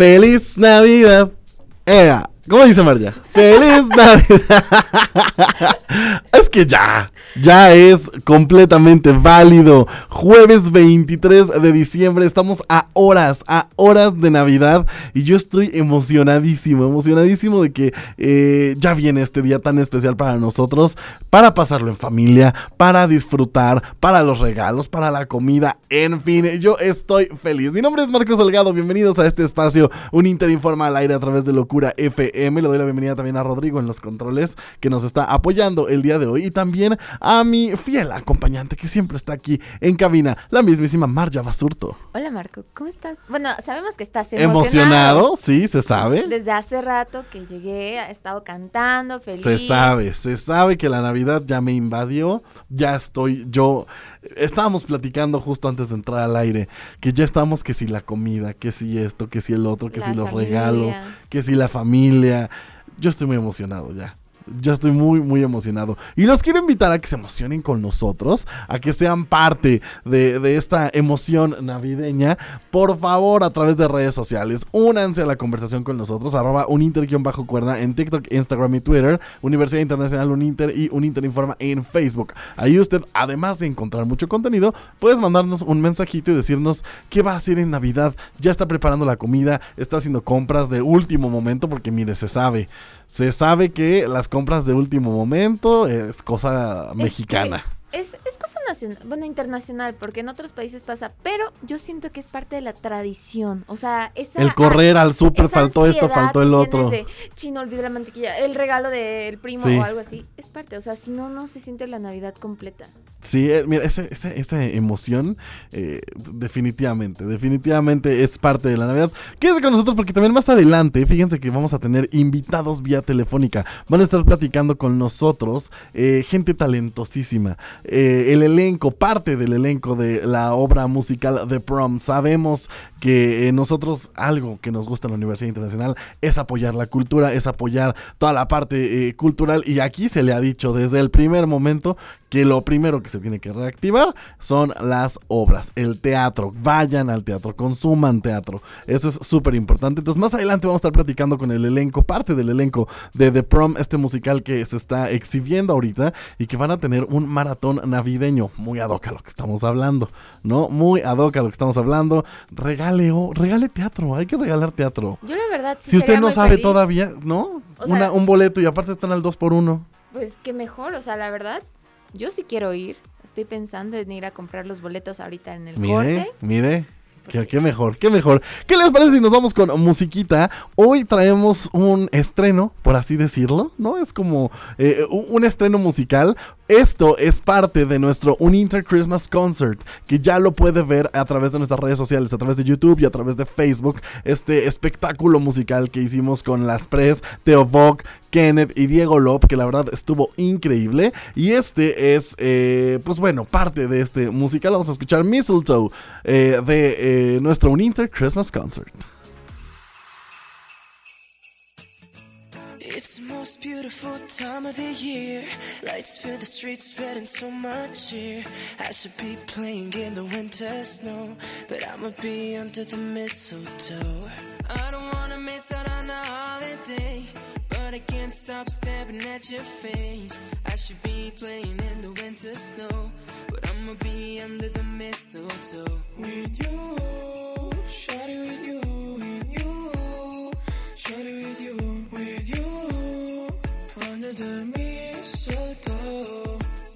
¡Feliz Navidad! ¡Ea! ¿Cómo dice María? ¡Feliz Navidad! Es que ya es completamente válido. Jueves 23 de diciembre, estamos a horas de Navidad y yo estoy emocionadísimo de que ya viene este día tan especial para nosotros, para pasarlo en familia, para disfrutar, para los regalos, para la comida, en fin, yo estoy feliz. Mi nombre es Marcos Salgado, bienvenidos a este espacio, un Inter Informa al aire a través de Locura FM. Le doy la bienvenida también a Rodrigo en los controles, que nos está apoyando el día de hoy, y también a mi fiel acompañante que siempre está aquí en cabina, la mismísima Marja Basurto. Hola Marco, ¿cómo estás? Bueno, sabemos que estás emocionado. Sí, se sabe. Desde hace rato que llegué, he estado cantando, feliz. Se sabe que la Navidad ya me invadió, estábamos platicando justo antes de entrar al aire, que ya estamos, que si la comida, que si esto, que si el otro, que si los regalos, que si la familia. Yo estoy muy emocionado ya. Ya estoy muy emocionado. Y los quiero invitar a que se emocionen con nosotros, a que sean parte de esta emoción navideña. Por favor, a través de redes sociales, únanse a la conversación con nosotros, @uninter_cuerda en TikTok, Instagram y Twitter, Universidad Internacional Uninter y Uninter Informa en Facebook. Ahí usted, además de encontrar mucho contenido, puedes mandarnos un mensajito y decirnos qué va a hacer en Navidad. Ya está preparando la comida, está haciendo compras de último momento, porque mire, se sabe que las compras de último momento es cosa mexicana. Es cosa nacional, bueno, internacional, porque en otros países pasa, pero yo siento que es parte de la tradición, o sea, el correr al súper, faltó esto, faltó el otro. Chino, olvidé la mantequilla, el regalo del primo o algo así, es parte, o sea, si no se siente la Navidad completa. Sí, mira, esa emoción definitivamente es parte de la Navidad. Quédense con nosotros porque también más adelante, fíjense que vamos a tener invitados vía telefónica. Van a estar platicando con nosotros gente talentosísima. El elenco, parte del elenco de la obra musical The Prom. Sabemos que nosotros, algo que nos gusta en la Universidad Internacional es apoyar la cultura, es apoyar toda la parte cultural, y aquí se le ha dicho desde el primer momento que lo primero que se tiene que reactivar son las obras, el teatro. Vayan al teatro, consuman teatro, eso es súper importante. Entonces más adelante vamos a estar platicando con el elenco, parte del elenco de The Prom, este musical que se está exhibiendo ahorita y que van a tener un maratón navideño, muy ad hoc a lo que estamos hablando, ¿no? Muy ad hoc a lo que estamos hablando. Regale teatro, hay que regalar teatro. Yo la verdad sí, si usted no sabe feliz. Todavía, ¿no? Un boleto, y aparte están al 2x1. Pues qué mejor, o sea, la verdad, yo sí quiero ir. Estoy pensando en ir a comprar los boletos ahorita en el corte. Mire. Qué mejor. ¿Qué les parece si nos vamos con musiquita? Hoy traemos un estreno, por así decirlo, ¿no? Es como un estreno musical. Esto es parte de nuestro Uninter Christmas Concert, que ya lo puede ver a través de nuestras redes sociales, a través de YouTube y a través de Facebook. Este espectáculo musical que hicimos con las Pres, Theo Vogt, Kenneth y Diego Lop, que la verdad estuvo increíble. Y este es, pues bueno, parte de este musical. Vamos a escuchar Mistletoe de nuestro Uninter Christmas Concert. It's the most beautiful time of the year. Lights fill the streets, spreading so much cheer. I should be playing in the winter snow, but I'ma be under the mistletoe. I don't wanna miss out on the holiday, but I can't stop staring at your face. I should be playing in the winter snow, but I'ma be under the mistletoe. With you, shawty, with you, shawty, with you, under the mistletoe.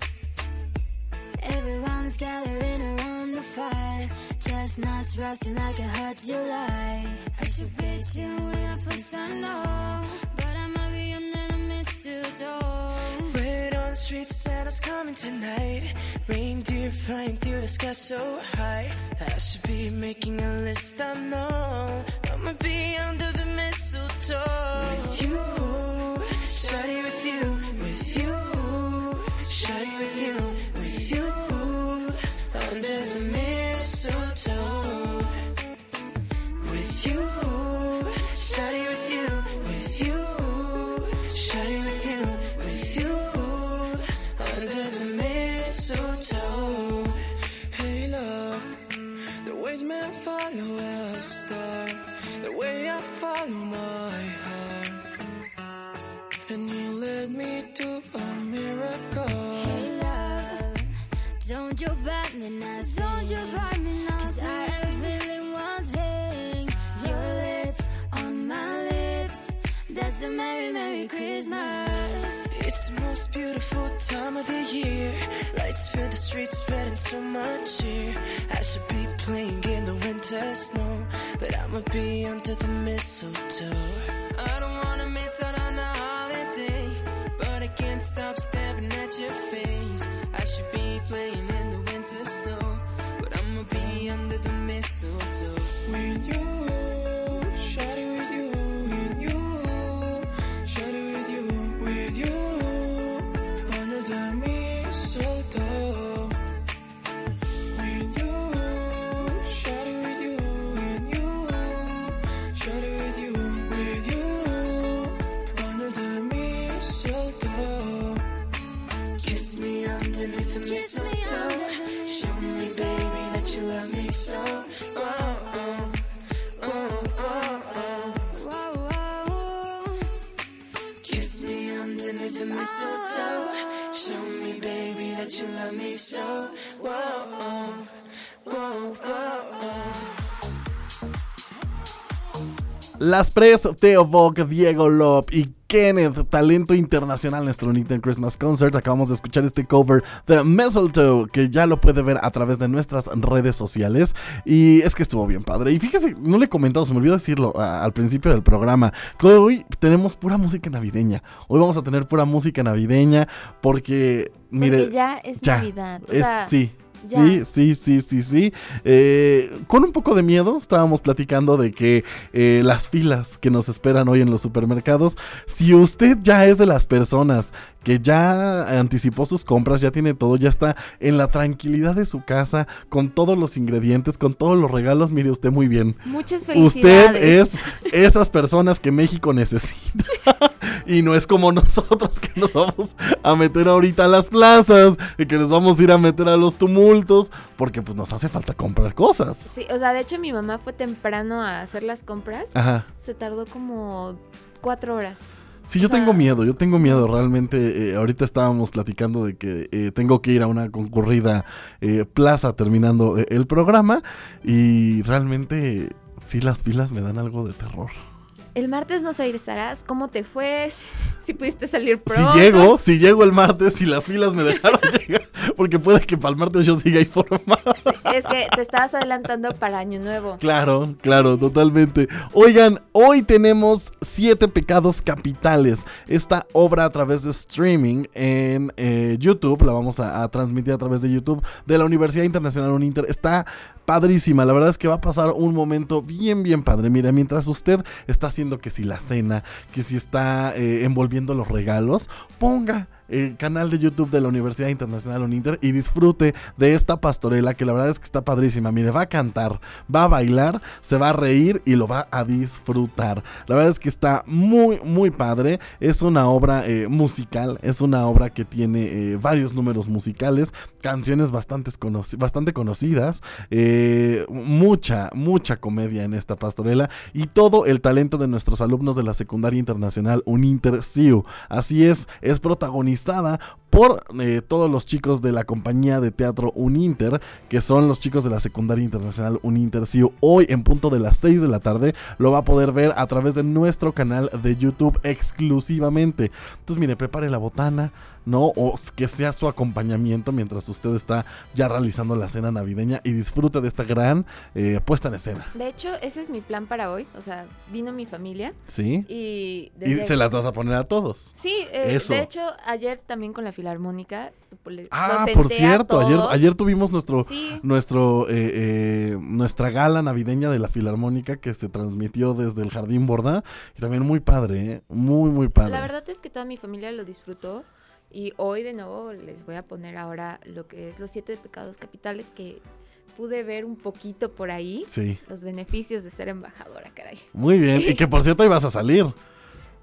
Everyone's gathering around the fire, chestnuts roasting like a hot July. I should be chewing up for sun low, but I'ma be under the mistletoe. Word on the streets, Santa's coming tonight. Reindeer flying through the sky so high. I should be making a list, I know. I'ma be under the mistletoe. With you, shawty, with you, with you, shawty, with you, with you, under the mistletoe. With you, shawty, with you, with you, shawty, with you, with you, under the mistletoe. Hey love, the waves men follow a star. the way I follow my heart, and you led me to a miracle. Hey love, don't you bite me nothing. Don't you bite me nothing. 'Cause I am feeling one thing. Your lips on my lips. That's a merry, merry Christmas. It's the most beautiful time of the year. Lights fill the streets, spreading so much cheer. I should be playing in the winter snow, but I'ma be under the mistletoe. I don't wanna miss out on the holiday, but I can't stop staring at your face. I should be playing in the winter snow, but I'ma be under the mistletoe. With you, shawty, with you, with you, shawty, with you, with you, under the mistletoe. With you, shawty, with you, with you, shawty, with you, with you, under the mistletoe. Kiss me underneath the mistletoe. Show me, baby, that you love me so. Oh, oh, oh, oh, oh. Whoa, whoa. Kiss me underneath the mistletoe. Show me, baby, that you love me so. Whoa, oh, whoa, oh, oh. Las Pres, Theo Vogt, Diego Lop y Kenneth, talento internacional, nuestro Uniter Christmas Concert. Acabamos de escuchar este cover de Mistletoe, que ya lo puede ver a través de nuestras redes sociales. Y es que estuvo bien padre. Y fíjese, no le he comentado, se me olvidó decirlo al principio del programa, que hoy tenemos pura música navideña. Hoy vamos a tener pura música navideña porque, mire, Porque ya es Navidad. O es, sea, sí. ya. Sí. Con un poco de miedo estábamos platicando de que las filas que nos esperan hoy en los supermercados, si usted ya es de las personas que ya anticipó sus compras, ya tiene todo, ya está en la tranquilidad de su casa, con todos los ingredientes, con todos los regalos, mire usted muy bien. Muchas Usted felicidades. es esas personas que México necesita. Y no es como nosotros que nos vamos a meter ahorita a las plazas y que nos vamos a ir a meter a los tumultos, porque pues nos hace falta comprar cosas. Sí, o sea, de hecho mi mamá fue temprano a hacer las compras. Ajá. Se tardó como 4 horas. Sí, O yo sea, tengo miedo realmente. Ahorita estábamos platicando de que tengo que ir a una concurrida plaza terminando el programa y realmente sí las filas me dan algo de terror. El martes nos regresarás. ¿Cómo te fue? Si pudiste salir pronto. Si llego el martes y las filas me dejaron llegar, porque puede que para el martes yo siga informado. Es que te estabas adelantando para Año Nuevo. Claro, totalmente. Oigan, hoy tenemos 7 pecados capitales. Esta obra a través de streaming en YouTube, la vamos a transmitir a través de YouTube de la Universidad Internacional Uninter. Está padrísima, la verdad es que va a pasar un momento bien padre. Mira, mientras usted está haciendo que si la cena, que si está envolviendo los regalos, ponga el canal de YouTube de la Universidad Internacional Uninter y disfrute de esta pastorela que la verdad es que está padrísima. Mire, va a cantar, va a bailar, se va a reír y lo va a disfrutar. La verdad es que está muy padre. Es una obra musical, es una obra que tiene varios números musicales, canciones bastante conocidas, mucha comedia en esta pastorela y todo el talento de nuestros alumnos de la Secundaria Internacional Uninter CIU. Así es protagonizada por todos los chicos de la compañía de teatro Uninter, que son los chicos de la Secundaria Internacional Uninter CIU. Hoy en punto de las 6 de la tarde lo va a poder ver a través de nuestro canal de YouTube exclusivamente. Entonces mire, prepare la botana, ¿no? O que sea su acompañamiento mientras usted está ya realizando la cena navideña y disfrute de esta gran puesta en escena. De hecho, ese es mi plan para hoy. O sea, vino mi familia. ¿Sí? Y Y se las vas a poner a todos. Sí, Eso. de hecho, ayer también con la Filarmónica. Por cierto, ayer tuvimos Sí. nuestra gala navideña de la Filarmónica que se transmitió desde el Jardín Bordá y también muy padre, muy padre. La verdad es que toda mi familia lo disfrutó. Y hoy de nuevo les voy a poner ahora lo que es los 7 pecados capitales que pude ver un poquito por ahí. Sí. Los beneficios de ser embajadora, caray. Muy bien, y que por cierto ibas a salir.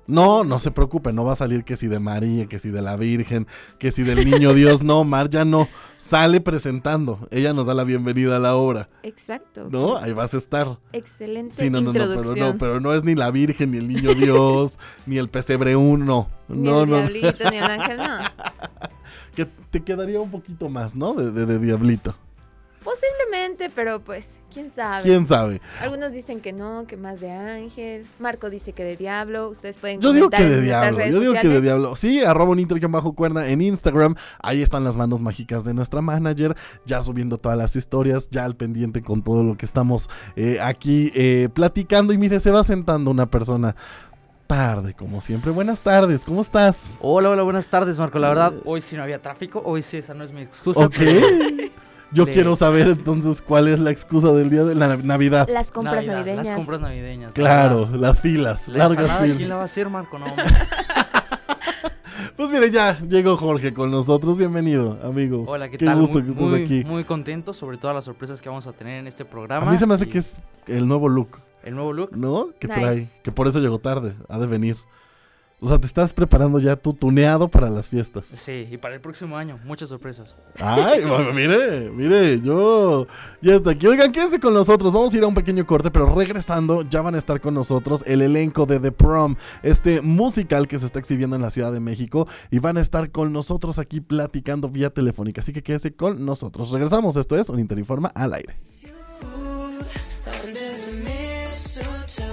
No se preocupe, no va a salir que si de María, que si de la Virgen, que si del Niño Dios. No, Mar ya no. Sale presentando. Ella nos da la bienvenida a la obra. Exacto. ¿No? Ahí vas a estar. Excelente Sí, no, introducción. pero no es ni la Virgen, ni el Niño Dios, ni el pesebre 1. Ni el diablito, ni el ángel, no. Que te quedaría un poquito más, ¿no? De diablito. Posiblemente, pero pues, quién sabe. ¿Quién sabe? Algunos dicen que no, que más de ángel. Marco dice que de diablo. Ustedes pueden Yo digo comentar que de en nuestras diablo, redes yo digo que de sociales. diablo. Sí, @uniter_cuerda en Instagram. Ahí están las manos mágicas de nuestra manager, ya subiendo todas las historias, ya al pendiente con todo lo que estamos aquí platicando. Y mire, se va sentando una persona tarde, como siempre. Buenas tardes, ¿cómo estás? Hola, buenas tardes, Marco. La verdad, hoy sí no había tráfico, hoy sí esa no es mi excusa. Ok. Yo quiero saber entonces cuál es la excusa del día de la Navidad. Las compras navideñas. Las compras navideñas. Claro, las filas, largas ensalada, filas. ¿quién la va a hacer, Marco? No, hombre. Pues mire, ya llegó Jorge con nosotros. Bienvenido, amigo. Hola, ¿qué Qué tal? gusto que estés aquí. Muy contento sobre todas las sorpresas que vamos a tener en este programa. A mí se me hace y que es el nuevo look, el nuevo look. ¿no? Que Nice. trae, que por eso llegó tarde, ha de venir. O sea, te estás preparando ya tu tuneado para las fiestas. Sí, y para el próximo año, muchas sorpresas. Ay, bueno, mire, yo ya está aquí. Oigan, quédense con nosotros, vamos a ir a un pequeño corte, pero regresando ya van a estar con nosotros el elenco de The Prom, este musical que se está exhibiendo en la Ciudad de México, y van a estar con nosotros aquí platicando vía telefónica, así que quédese con nosotros. Regresamos, esto es Uniter Informa al aire. Under the mistletoe,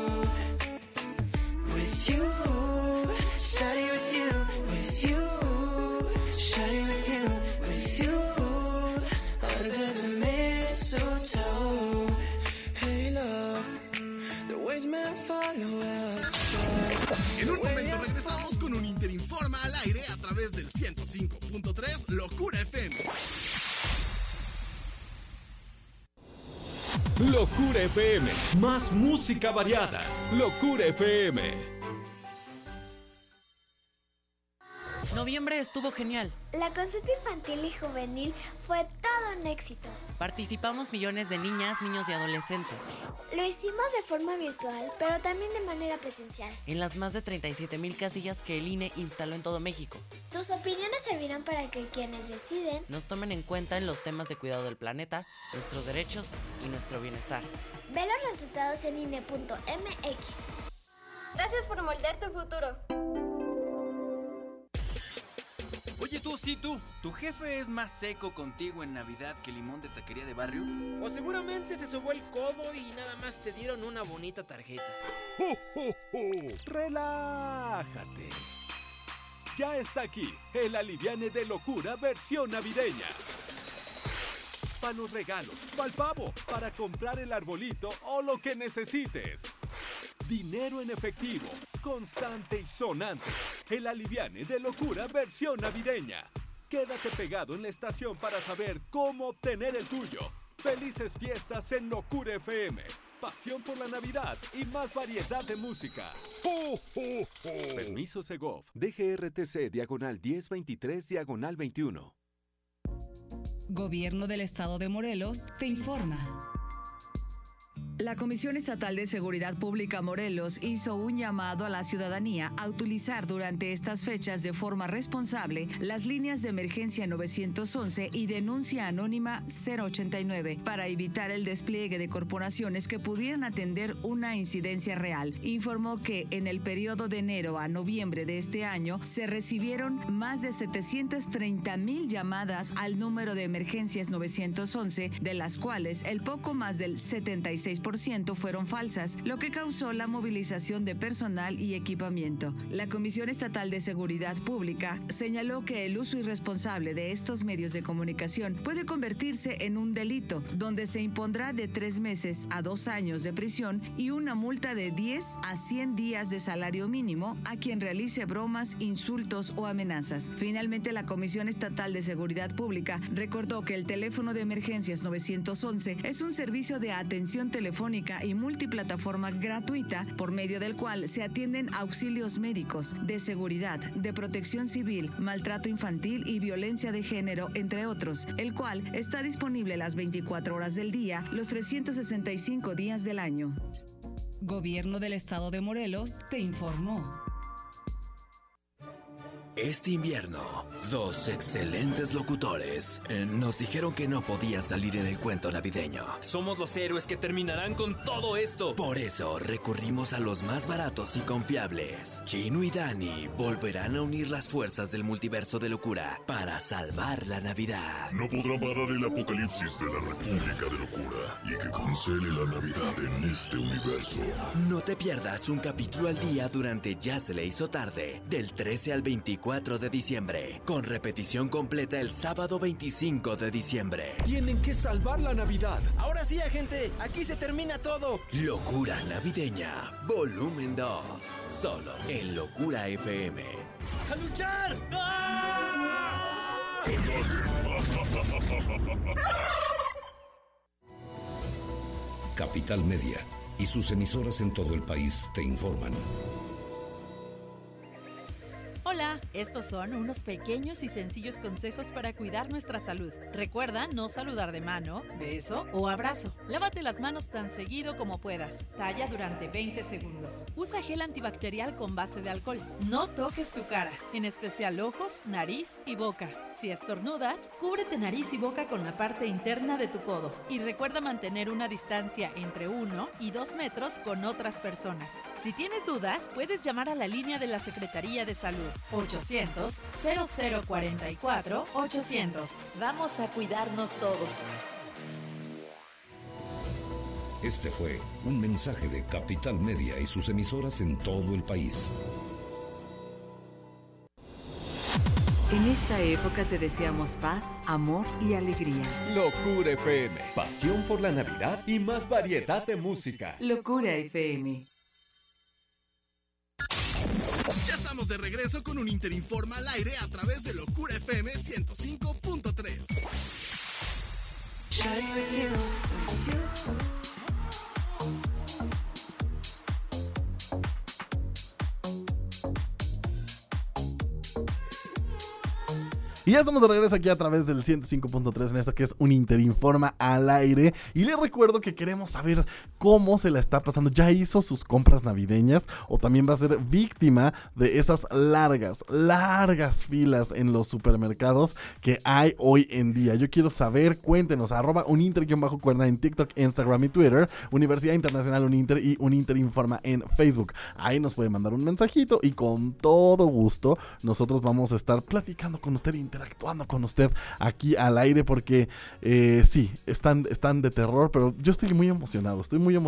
with you, shawty, with you, with you, shawty, with you, with you, under the mistletoe. Hey love, the ways men follow us. En un momento regresamos con un Interinforma al aire a través del 105.3 Locura FM. Locura FM, más música variada. Locura FM. Noviembre estuvo genial. La consulta infantil y juvenil fue todo un éxito. Participamos millones de niñas, niños y adolescentes Lo hicimos de forma virtual, pero también de manera presencial. en las más de 37,000 casillas que el INE instaló en todo México. Tus opiniones servirán para que quienes deciden Nos tomen en cuenta en los temas de cuidado del planeta, nuestros derechos y nuestro bienestar. ve los resultados en INE.mx. Gracias por moldear tu futuro. Oye tú, sí tú, ¿tu jefe es más seco contigo en Navidad que limón de taquería de barrio? O seguramente se sobó el codo y nada más te dieron una bonita tarjeta. Relájate. Ya está aquí el aliviane de locura versión navideña. Para los regalos, para el pavo, para comprar el arbolito o lo que necesites. Dinero en efectivo, constante y sonante. El aliviane de locura versión navideña. Quédate pegado en la estación para saber cómo obtener el tuyo. Felices fiestas en Locura FM. Pasión por la Navidad y más variedad de música. Permiso Segov. DGRTC /1023/21. Gobierno del Estado de Morelos te informa. La Comisión Estatal de Seguridad Pública Morelos hizo un llamado a la ciudadanía a utilizar durante estas fechas de forma responsable las líneas de emergencia 911 y denuncia anónima 089 para evitar el despliegue de corporaciones que pudieran atender una incidencia real. Informó que en el periodo de enero a noviembre de este año se recibieron más de 730,000 llamadas al número de emergencias 911, de las cuales el poco más del 76% fueron falsas, lo que causó la movilización de personal y equipamiento. La Comisión Estatal de Seguridad Pública señaló que el uso irresponsable de estos medios de comunicación puede convertirse en un delito, donde se impondrá de 3 meses a 2 años de prisión y una multa de 10 a 100 días de salario mínimo a quien realice bromas, insultos o amenazas. Finalmente, la Comisión Estatal de Seguridad Pública recordó que el teléfono de emergencias 911 es un servicio de atención telefónica y multiplataforma gratuita por medio del cual se atienden auxilios médicos, de seguridad, de protección civil, maltrato infantil y violencia de género, entre otros, el cual está disponible las 24 horas del día, los 365 días del año. Gobierno del Estado de Morelos te informó. Este invierno, dos excelentes locutores nos dijeron que no podía salir en el cuento navideño. Somos los héroes que terminarán con todo esto. Por eso recurrimos a los más baratos y confiables. Chino y Dani volverán a unir las fuerzas del multiverso de locura para salvar la Navidad. No podrá parar el apocalipsis de la República de Locura y que cancele la Navidad en este universo. No te pierdas un capítulo al día durante Ya se le hizo tarde, del 13 al 24 de diciembre, con repetición completa el sábado 25 de diciembre. Tienen que salvar la Navidad. Ahora sí, agente, aquí se termina todo. Locura Navideña, volumen 2, solo en Locura FM. ¡A luchar! Capital Media y sus emisoras en todo el país te informan. Hola, estos son unos pequeños y sencillos consejos para cuidar nuestra salud. Recuerda no saludar de mano, beso o abrazo. Lávate las manos tan seguido como puedas. Talla durante 20 segundos. Usa gel antibacterial con base de alcohol. No toques tu cara, en especial ojos, nariz y boca. Si estornudas, cúbrete nariz y boca con la parte interna de tu codo. Y recuerda mantener una distancia entre 1 y 2 metros con otras personas. Si tienes dudas, puedes llamar a la línea de la Secretaría de Salud. 800-0044-800. Vamos a cuidarnos todos. Este fue un mensaje de Capital Media y sus emisoras en todo el país. En esta época te deseamos paz, amor y alegría. Locura FM, pasión por la Navidad y más variedad de música. Locura FM. Ya estamos de regreso con un Interinforma al aire a través de Locura FM 105.3. Y ya estamos de regreso aquí a través del 105.3 en esto que es un Interinforma al aire. Y les recuerdo que queremos saber cómo se la está pasando. ¿Ya hizo sus compras navideñas? ¿O también va a ser víctima de esas largas filas en los supermercados que hay hoy en día? Yo quiero saber, cuéntenos, @uninter_cuerda en TikTok, Instagram y Twitter, Universidad Internacional Uninter y Uninterinforma en Facebook. Ahí nos puede mandar un mensajito y con todo gusto nosotros vamos a estar platicando con usted, interactuando con usted aquí al aire, porque sí, están de terror, pero yo estoy muy emocionado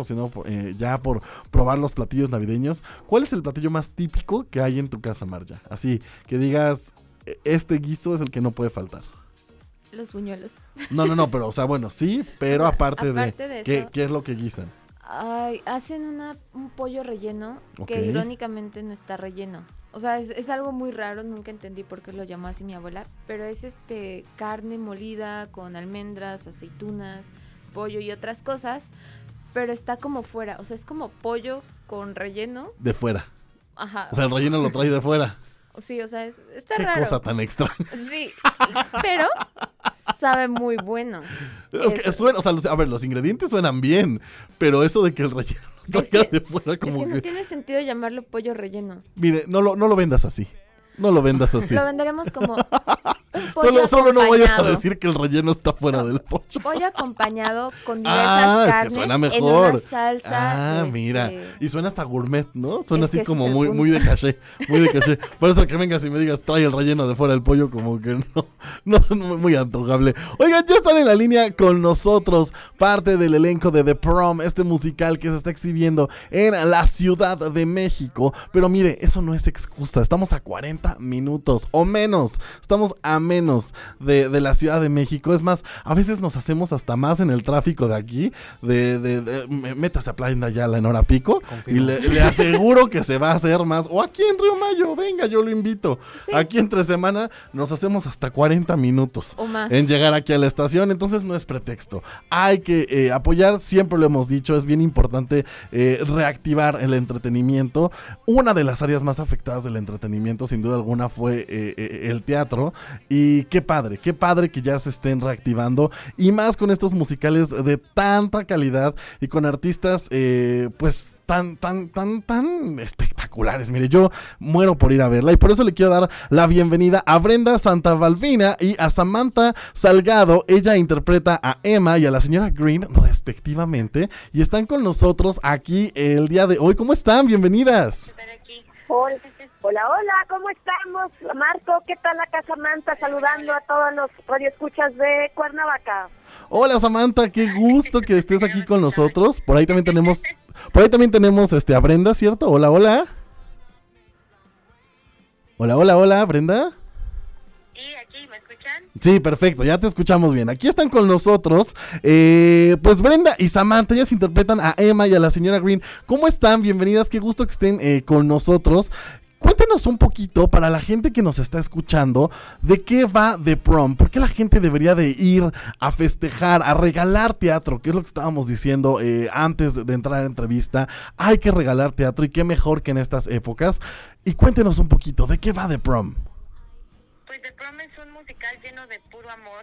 ya por probar los platillos navideños. ¿Cuál es el platillo más típico que hay en tu casa, Marja? Así, que digas, este guiso es el que no puede faltar. Los buñuelos. No, pero, o sea, bueno, sí, pero aparte de eso, ¿qué es lo que guisan? Ay, hacen un pollo relleno que irónicamente no está relleno. O sea, es algo muy raro, nunca entendí por qué lo llamó así mi abuela, pero es carne molida con almendras, aceitunas, pollo y otras cosas, pero está como fuera, o sea, es como pollo con relleno. De fuera. Ajá. O sea, el relleno lo trae de fuera. Sí, o sea, está ¿Qué raro. Qué cosa tan extraña. Sí, pero sabe muy bueno. Es que suena, o sea, a ver, los ingredientes suenan bien, pero eso de que el relleno traiga de fuera como es que no tiene sentido llamarlo pollo relleno. Mire, no lo vendas así. No lo vendas así. Lo venderemos como un pollo solo no vayas a decir que el relleno está fuera del pollo. Pollo acompañado con diversas carnes, es que suena mejor. En una salsa. Mira, y suena hasta gourmet, ¿no? Suena así como muy de caché, muy de caché. Por eso que vengas y me digas, trae el relleno de fuera del pollo, como que no es muy antojable. Oigan, ya están en la línea con nosotros, parte del elenco de The Prom, este musical que se está exhibiendo en la Ciudad de México. Pero mire, eso no es excusa, estamos a 40 minutos o menos, estamos a menos de la Ciudad de México. Es más, a veces nos hacemos hasta más en el tráfico de aquí, métase a Playa Ayala en hora pico. Confirmo. Y le aseguro que se va a hacer más, o aquí en Río Mayo, venga, yo lo invito. Sí. Aquí entre semana nos hacemos hasta 40 minutos o más en llegar aquí a la estación, entonces no es pretexto, hay que apoyar, siempre lo hemos dicho, es bien importante reactivar el entretenimiento. Una de las áreas más afectadas del entretenimiento, sin duda alguna fue el teatro. Y qué padre que ya se estén reactivando, y más con estos musicales de tanta calidad y con artistas pues tan espectaculares. Mire, yo muero por ir a verla, y por eso le quiero dar la bienvenida a Brenda Santavalvina y a Samantha Salgado. Ella interpreta a Emma y a la señora Green respectivamente, y están con nosotros aquí el día de hoy. ¿Cómo están? Bienvenidas. Hola, ¿cómo estamos? Marco, ¿qué tal acá Samantha? Saludando a todos los radioescuchas de Cuernavaca. Hola Samantha, qué gusto que estés aquí con nosotros. Por ahí también tenemos a Brenda, ¿cierto? Hola, Brenda. Sí, aquí, ¿me escuchan? Sí, perfecto, ya te escuchamos bien. Aquí están con nosotros, pues Brenda y Samantha, ellas interpretan a Emma y a la señora Green. ¿Cómo están? Bienvenidas, qué gusto que estén con nosotros. Cuéntenos un poquito, para la gente que nos está escuchando, de qué va The Prom. ¿Por qué la gente debería de ir a festejar, a regalar teatro? Que es lo que estábamos diciendo antes de entrar a la entrevista. Hay que regalar teatro, y qué mejor que en estas épocas. Y cuéntenos un poquito, ¿de qué va The Prom? Pues The Prom es un musical lleno de puro amor.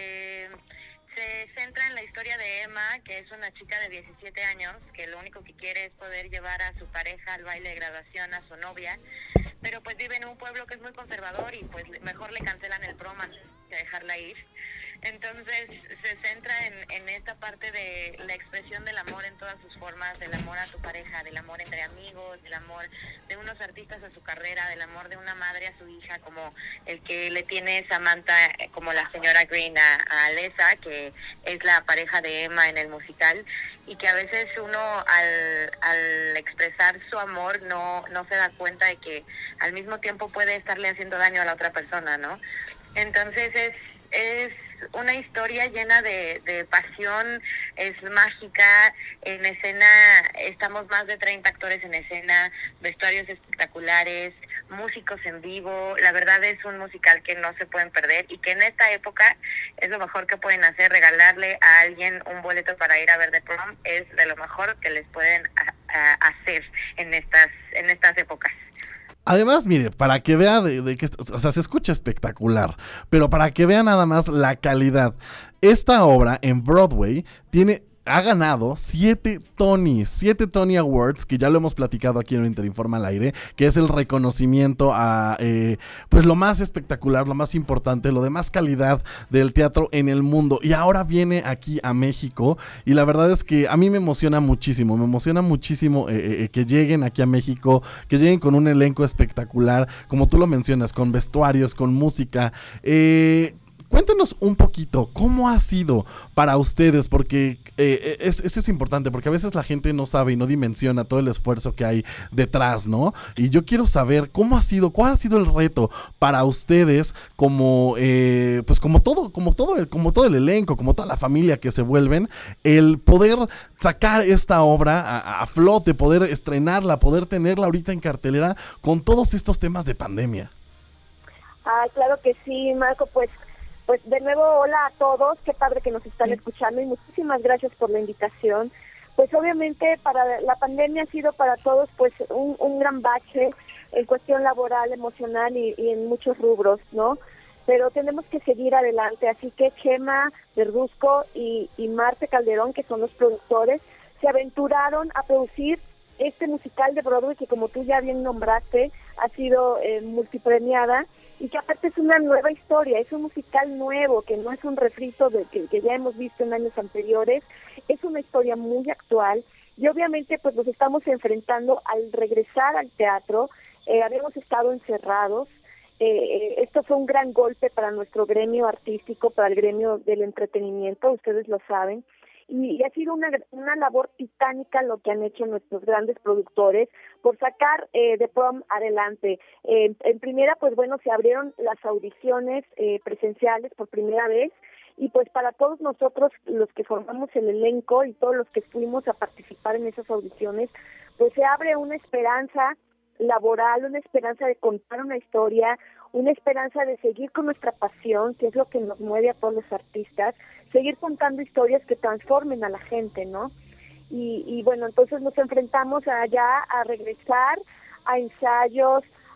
Se centra en la historia de Emma, que es una chica de 17 años, que lo único que quiere es poder llevar a su pareja al baile de graduación, a su novia, pero pues vive en un pueblo que es muy conservador, y pues mejor le cancelan el prom antes de dejarla ir. Entonces se centra en esta parte de la expresión del amor en todas sus formas, del amor a tu pareja, del amor entre amigos, del amor de unos artistas a su carrera, del amor de una madre a su hija, como el que le tiene Samantha, como la señora Green a Alessa, que es la pareja de Emma en el musical, y que a veces uno al expresar su amor no se da cuenta de que al mismo tiempo puede estarle haciendo daño a la otra persona, ¿no? Entonces es una historia llena de pasión, es mágica. En escena estamos más de 30 actores en escena, vestuarios espectaculares, músicos en vivo. La verdad es un musical que no se pueden perder, y que en esta época es lo mejor que pueden hacer. Regalarle a alguien un boleto para ir a ver The Prom es de lo mejor que les pueden hacer en estas épocas. Además, mire, para que vea de que, o sea, se escucha espectacular, pero para que vea nada más la calidad. Esta obra en Broadway ha ganado 7 Tony Awards, que ya lo hemos platicado aquí en Interinforma al aire, que es el reconocimiento a pues lo más espectacular, lo más importante, lo de más calidad del teatro en el mundo. Y ahora viene aquí a México, y la verdad es que a mí me emociona muchísimo que lleguen aquí a México, que lleguen con un elenco espectacular, como tú lo mencionas, con vestuarios, con música. Cuéntenos un poquito, ¿cómo ha sido para ustedes? Porque eso es importante, porque a veces la gente no sabe y no dimensiona todo el esfuerzo que hay detrás, ¿no? Y yo quiero saber cuál ha sido el reto para ustedes, como pues como todo el elenco, como toda la familia que se vuelven, el poder sacar esta obra a flote, poder estrenarla, poder tenerla ahorita en cartelera con todos estos temas de pandemia. Claro que sí, Marco, pues de nuevo, hola a todos, qué padre que nos están escuchando, y muchísimas gracias por la invitación. Pues obviamente para la pandemia ha sido para todos pues un gran bache en cuestión laboral, emocional y en muchos rubros, ¿no? Pero tenemos que seguir adelante, así que Chema Verduzco y Marte Calderón, que son los productores, se aventuraron a producir este musical de Broadway, que como tú ya bien nombraste, ha sido multipremiada, y que aparte es una nueva historia, es un musical nuevo, que no es un refrito de que ya hemos visto en años anteriores, es una historia muy actual, y obviamente pues nos estamos enfrentando al regresar al teatro. Habíamos estado encerrados. Esto fue un gran golpe para nuestro gremio artístico, para el gremio del entretenimiento, ustedes lo saben, y ha sido una labor titánica lo que han hecho nuestros grandes productores por sacar The Prom adelante. En primera, pues bueno, se abrieron las audiciones presenciales por primera vez, y pues para todos nosotros, los que formamos el elenco y todos los que fuimos a participar en esas audiciones, pues se abre una esperanza laboral, una esperanza de contar una historia, una esperanza de seguir con nuestra pasión, que es lo que nos mueve a todos los artistas, seguir contando historias que transformen a la gente, ¿no? Y bueno, entonces nos enfrentamos allá a regresar a ensayos,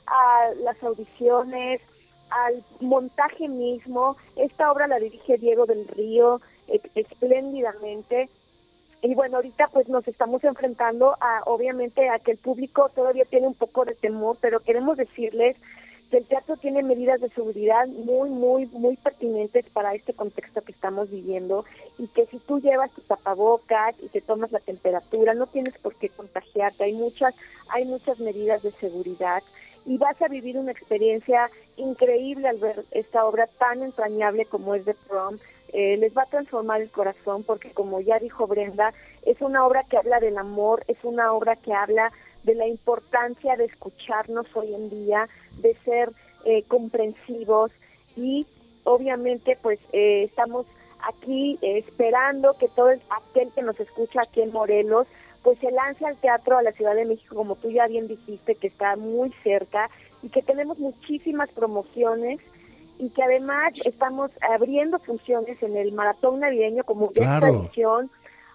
a las audiciones, al montaje mismo. Esta obra la dirige Diego del Río espléndidamente. Y bueno, ahorita pues nos estamos enfrentando obviamente a que el público todavía tiene un poco de temor, pero queremos decirles que el teatro tiene medidas de seguridad muy pertinentes para este contexto que estamos viviendo, y que si tú llevas tu tapabocas y te tomas la temperatura, no tienes por qué contagiarte. Hay muchas medidas de seguridad, y vas a vivir una experiencia increíble al ver esta obra tan entrañable como es The Prom. Les va a transformar el corazón, porque como ya dijo Brenda, es una obra que habla del amor, es una obra que habla de la importancia de escucharnos hoy en día, de ser comprensivos, y obviamente pues estamos aquí esperando que todo aquel que nos escucha aquí en Morelos pues se lance al teatro, a la Ciudad de México, como tú ya bien dijiste, que está muy cerca, y que tenemos muchísimas promociones, y que además estamos abriendo funciones en el maratón navideño como ya es tradición,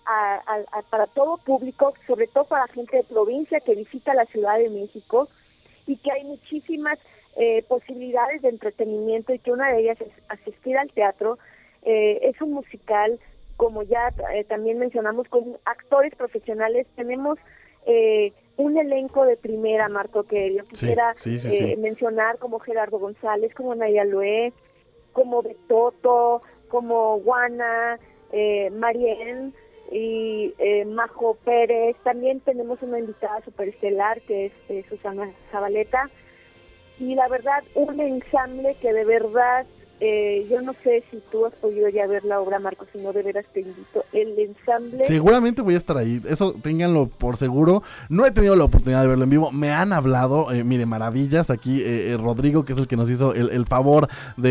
para todo público, sobre todo para gente de provincia que visita la Ciudad de México, y que hay muchísimas posibilidades de entretenimiento, y que una de ellas es asistir al teatro. Es un musical, como ya también mencionamos, con actores profesionales. Tenemos un elenco de primera, Marco, que yo quisiera mencionar, como Gerardo González, como Naya Loé, como Betoto, como Juana, Marién y Majo Pérez. También tenemos una invitada superestelar que es Susana Zabaleta, y la verdad un ensamble que de verdad yo no sé si tú has podido ya ver la obra, Marcos, si no, de veras te invito. El ensamble... Seguramente voy a estar ahí, eso ténganlo por seguro. No he tenido la oportunidad de verlo en vivo, me han hablado, mire, maravillas. Aquí Rodrigo, que es el que nos hizo el favor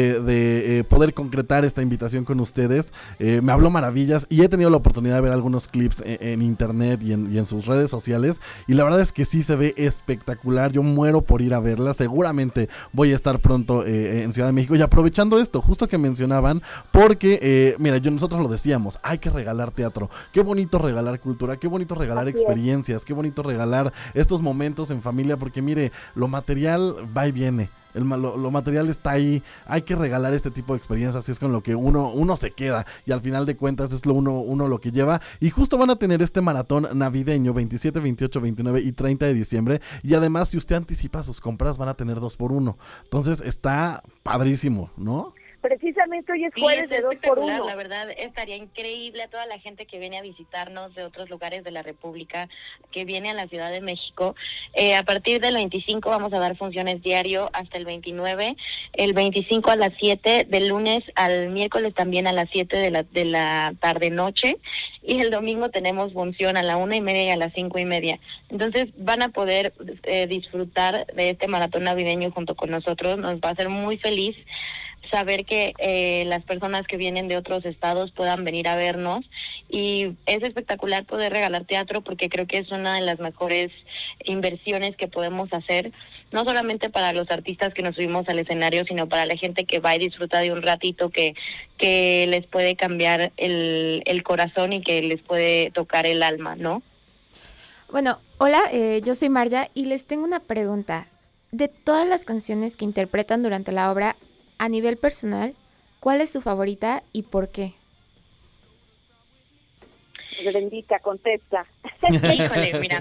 de poder concretar esta invitación con ustedes, me habló maravillas, y he tenido la oportunidad de ver algunos clips en internet y en sus redes sociales, y la verdad es que sí se ve espectacular. Yo muero por ir a verla. Seguramente voy a estar pronto en Ciudad de México, y aprovechando esto justo que mencionaban, porque mira, nosotros lo decíamos, hay que regalar teatro, qué bonito regalar cultura, qué bonito regalar experiencias, qué bonito regalar estos momentos en familia, porque mire, lo material va y viene. Lo material está ahí, hay que regalar este tipo de experiencias, es con lo que uno se queda, y al final de cuentas es uno lo que lleva. Y justo van a tener este maratón navideño 27, 28, 29 y 30 de diciembre, y además si usted anticipa sus compras van a tener 2x1, entonces está padrísimo, ¿no? Precisamente hoy es jueves de 2x1. La verdad, estaría increíble a toda la gente que viene a visitarnos de otros lugares de la República, que viene a la Ciudad de México. A partir del 25 vamos a dar funciones diario hasta el 29. El 25 a las 7, del lunes al miércoles también a las 7 de la tarde-noche. Y el domingo tenemos función a la 1:30 y a las 5:30. Entonces van a poder disfrutar de este maratón navideño junto con nosotros. Nos va a hacer muy feliz saber que las personas que vienen de otros estados puedan venir a vernos, y es espectacular poder regalar teatro, porque creo que es una de las mejores inversiones que podemos hacer, no solamente para los artistas que nos subimos al escenario, sino para la gente que va y disfruta de un ratito que les puede cambiar el corazón y que les puede tocar el alma, ¿no? Bueno, hola, yo soy Marya y les tengo una pregunta. De todas las canciones que interpretan durante la obra, a nivel personal, ¿cuál es su favorita y por qué? Brendita, contesta. Híjole, mira.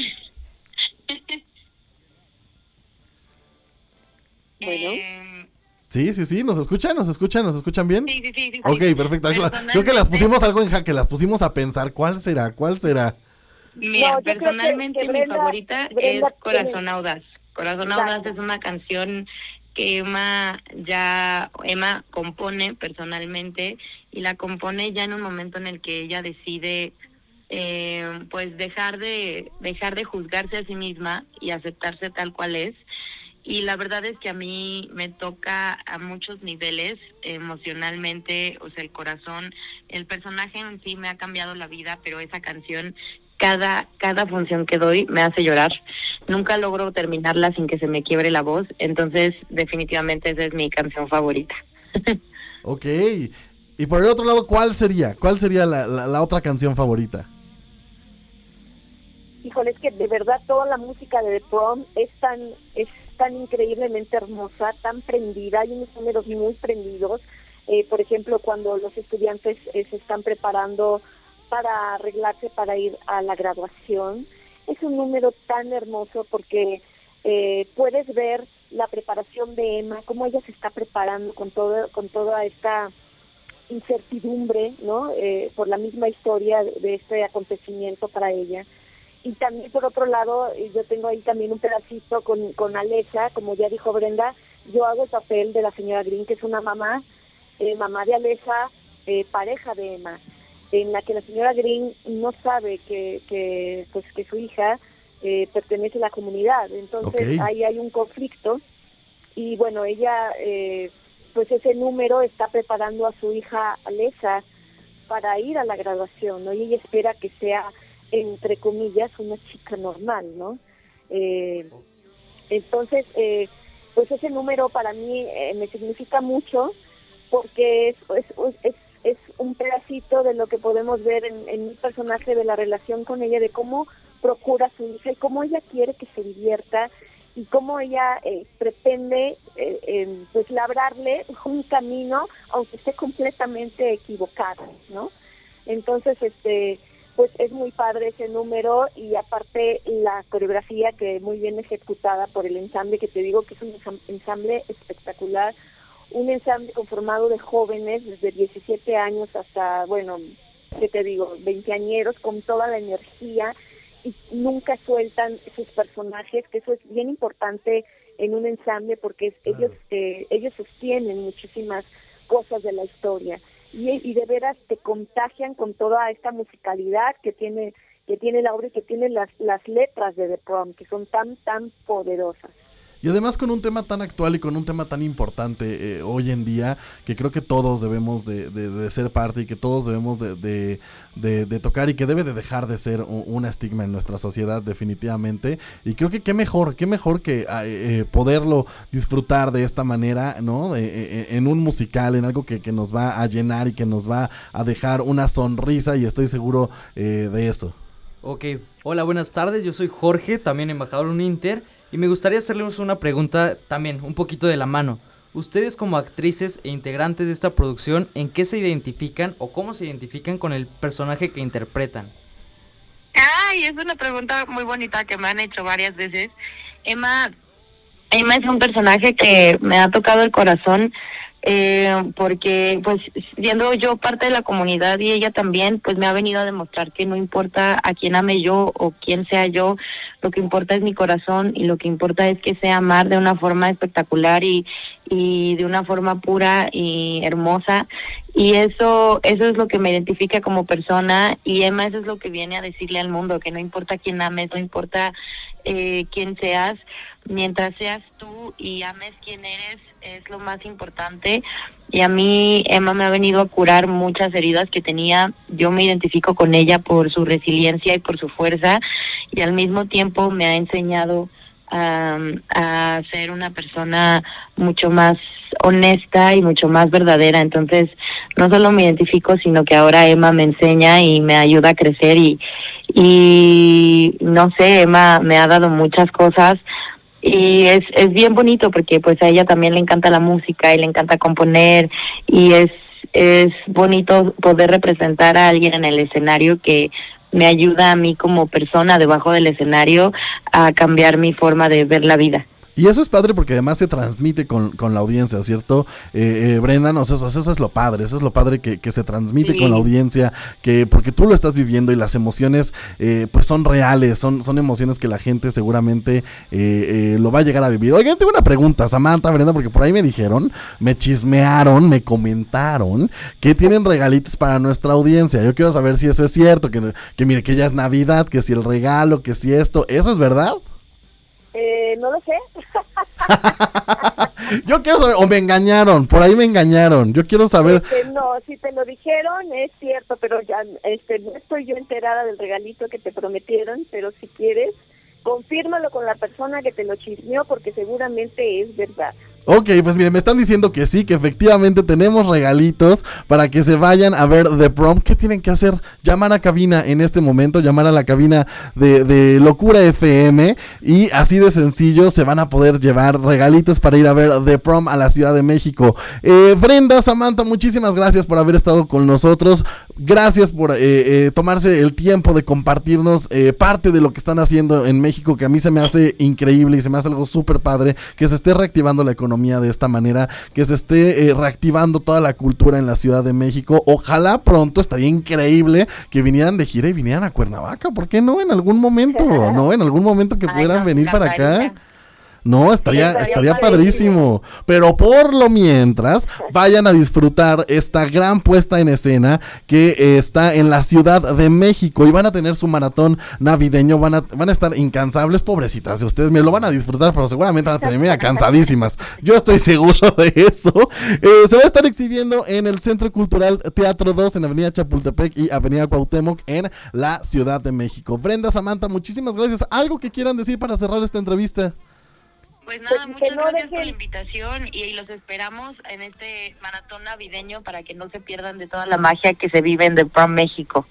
Bueno. Sí, ¿nos escuchan bien? Sí. Ok, perfecto. Creo que las pusimos algo en jaque, las pusimos a pensar, ¿cuál será? Mira, personalmente mi favorita es Corazón Audaz. Corazón Audaz es una canción que Emma compone personalmente, y la compone ya en un momento en el que ella decide pues dejar de juzgarse a sí misma y aceptarse tal cual es. Y la verdad es que a mí me toca a muchos niveles emocionalmente, o sea, el corazón, el personaje en sí me ha cambiado la vida, pero esa canción, cada función que doy me hace llorar. Nunca logro terminarla sin que se me quiebre la voz, entonces definitivamente esa es mi canción favorita. Ok, y por el otro lado, ¿cuál sería la otra canción favorita? Híjole, es que de verdad toda la música de The Prom es tan increíblemente hermosa, tan prendida, hay unos números muy prendidos. Por ejemplo, cuando los estudiantes se están preparando para arreglarse para ir a la graduación, es un número tan hermoso porque puedes ver la preparación de Emma, cómo ella se está preparando con toda esta incertidumbre, ¿no? Por la misma historia de este acontecimiento para ella. Y también, por otro lado, yo tengo ahí también un pedacito con Alesha, como ya dijo Brenda, yo hago el papel de la señora Green, que es una mamá de Alesha, pareja de Emma, en la que la señora Green no sabe que su hija pertenece a la comunidad. Entonces ahí hay un conflicto y bueno, ella pues ese número está preparando a su hija Alesha para ir a la graduación, ¿no? Y ella espera que sea, entre comillas, una chica normal, ¿no? Entonces, pues ese número para mí me significa mucho porque es un pedacito de lo que podemos ver en mi personaje, de la relación con ella, de cómo procura a su hija y cómo ella quiere que se divierta y cómo ella pretende pues labrarle un camino aunque esté completamente equivocada, ¿no? Entonces pues es muy padre ese número y aparte la coreografía que muy bien ejecutada por el ensamble, que te digo que es un ensamble espectacular, un ensamble conformado de jóvenes desde 17 años hasta, bueno, ¿qué te digo?, 20añeros, con toda la energía y nunca sueltan sus personajes, que eso es bien importante en un ensamble porque ellos sostienen muchísimas cosas de la historia y de veras te contagian con toda esta musicalidad que tiene la obra y que tiene las letras de The Prom, que son tan poderosas. Y además con un tema tan actual y con un tema tan importante hoy en día, que creo que todos debemos de ser parte y que todos debemos de tocar y que debe de dejar de ser un estigma en nuestra sociedad definitivamente. Y creo que qué mejor que poderlo disfrutar de esta manera, ¿no? En un musical, en algo que nos va a llenar y que nos va a dejar una sonrisa, y estoy seguro de eso. Ok, hola, buenas tardes, yo soy Jorge, también embajador Uninter, y me gustaría hacerles una pregunta también, un poquito de la mano. Ustedes como actrices e integrantes de esta producción, ¿en qué se identifican o cómo se identifican con el personaje que interpretan? Ay, es una pregunta muy bonita que me han hecho varias veces. Emma es un personaje que me ha tocado el corazón, porque pues siendo yo parte de la comunidad y ella también, pues me ha venido a demostrar que no importa a quién ame yo o quién sea yo, lo que importa es mi corazón y lo que importa es que sé amar de una forma espectacular y de una forma pura y hermosa, y eso es lo que me identifica como persona, y Emma eso es lo que viene a decirle al mundo, que no importa quién ames, no importa quién seas, mientras seas tú y ames quién eres, es lo más importante. Y a mí Emma me ha venido a curar muchas heridas que tenía. Yo me identifico con ella por su resiliencia y por su fuerza, y al mismo tiempo me ha enseñado a ser una persona mucho más honesta y mucho más verdadera. Entonces no solo me identifico, sino que ahora Emma me enseña y me ayuda a crecer, y no sé, Emma me ha dado muchas cosas. Y es bien bonito porque pues a ella también le encanta la música y le encanta componer, y es bonito poder representar a alguien en el escenario que me ayuda a mí como persona debajo del escenario a cambiar mi forma de ver la vida. Y eso es padre porque además se transmite con la audiencia, ¿cierto? Brenda, no, eso es lo padre, que se transmite con la audiencia, que porque tú lo estás viviendo y las emociones pues son reales, son emociones que la gente seguramente lo va a llegar a vivir. Oigan, tengo una pregunta, Samantha, Brenda, porque por ahí me dijeron, me chismearon, me comentaron que tienen regalitos para nuestra audiencia. Yo quiero saber si eso es cierto, que mire, que ya es Navidad, que si el regalo, que si esto, ¿eso es verdad? No lo sé. Yo quiero saber, o me engañaron, por ahí me engañaron. Yo quiero saber. No, si te lo dijeron es cierto, pero ya no estoy yo enterada del regalito que te prometieron, pero si quieres, confírmalo con la persona que te lo chismeó, porque seguramente es verdad. Ok, pues miren, me están diciendo que sí, que efectivamente tenemos regalitos para que se vayan a ver The Prom. ¿Qué tienen que hacer? Llamar a cabina en este momento, llamar a la cabina de Locura FM y así de sencillo se van a poder llevar regalitos para ir a ver The Prom a la Ciudad de México. Brenda, Samantha, muchísimas gracias por haber estado con nosotros. Gracias por tomarse el tiempo de compartirnos parte de lo que están haciendo en México, que a mí se me hace increíble y se me hace algo súper padre, que se esté reactivando la economía de esta manera, que se esté reactivando toda la cultura en la Ciudad de México. Ojalá pronto, estaría increíble que vinieran de gira y vinieran a Cuernavaca. ¿Por qué no? En algún momento, ¿no? En algún momento que pudieran venir para acá. No, estaría padrísimo. Pero por lo mientras, vayan a disfrutar esta gran puesta en escena que está en la Ciudad de México y van a tener su maratón navideño. Van a estar incansables, pobrecitas de ustedes. Me lo van a disfrutar, pero seguramente van a terminar cansadísimas. Yo estoy seguro de eso. Se va a estar exhibiendo en el Centro Cultural Teatro 2 en Avenida Chapultepec y Avenida Cuauhtémoc en la Ciudad de México. Brenda, Samantha, muchísimas gracias. ¿Algo que quieran decir para cerrar esta entrevista? Pues nada, muchas gracias por la invitación y los esperamos en este maratón navideño para que no se pierdan de toda la magia que se vive en The Prom México.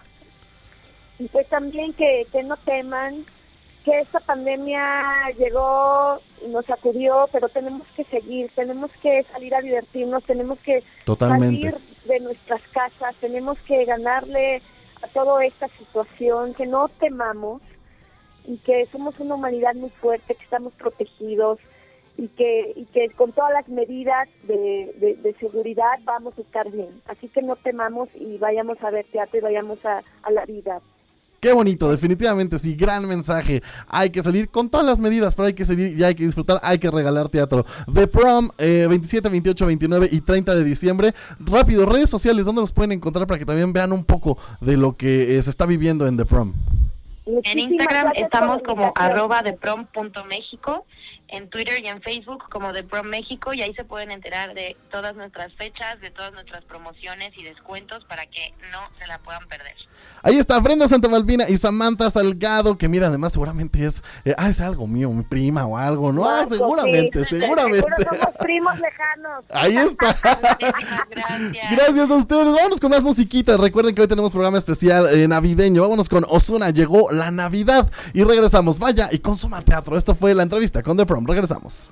Y pues también que no teman, que esta pandemia llegó y nos sacudió, pero tenemos que seguir, tenemos que salir a divertirnos, tenemos que salir de nuestras casas, tenemos que ganarle a toda esta situación, que no temamos, y que somos una humanidad muy fuerte, que estamos protegidos y que con todas las medidas de seguridad vamos a estar bien. Así que no temamos y vayamos a ver teatro y vayamos a la vida. Qué bonito, definitivamente sí, gran mensaje. Hay que salir con todas las medidas, pero hay que salir y hay que disfrutar, hay que regalar teatro. The Prom, 27, 28, 29 y 30 de diciembre. Rápido, redes sociales, ¿dónde los pueden encontrar para que también vean un poco de lo que se está viviendo en The Prom? En Instagram estamos como @theprom.mexico, en Twitter y en Facebook como The Prom México, y ahí se pueden enterar de todas nuestras fechas, de todas nuestras promociones y descuentos para que no se la puedan perder. Ahí está Brenda Santamalvina y Samantha Salgado, que mira, además seguramente es algo mío, mi prima o algo, ¿no? Marco, seguramente. Seguro somos primos lejanos. Ahí está. Gracias a ustedes. Vámonos con más musiquita. Recuerden que hoy tenemos programa especial navideño. Vámonos con Ozuna, llegó la Navidad y regresamos. Vaya y consuma teatro. Esto fue la entrevista con The Prom. Regresamos.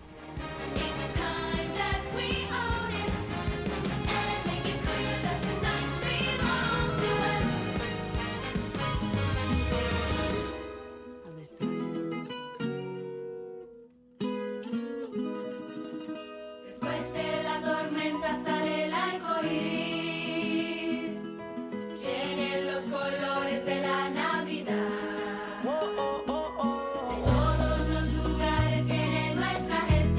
Todos los lugares viene nuestra gente.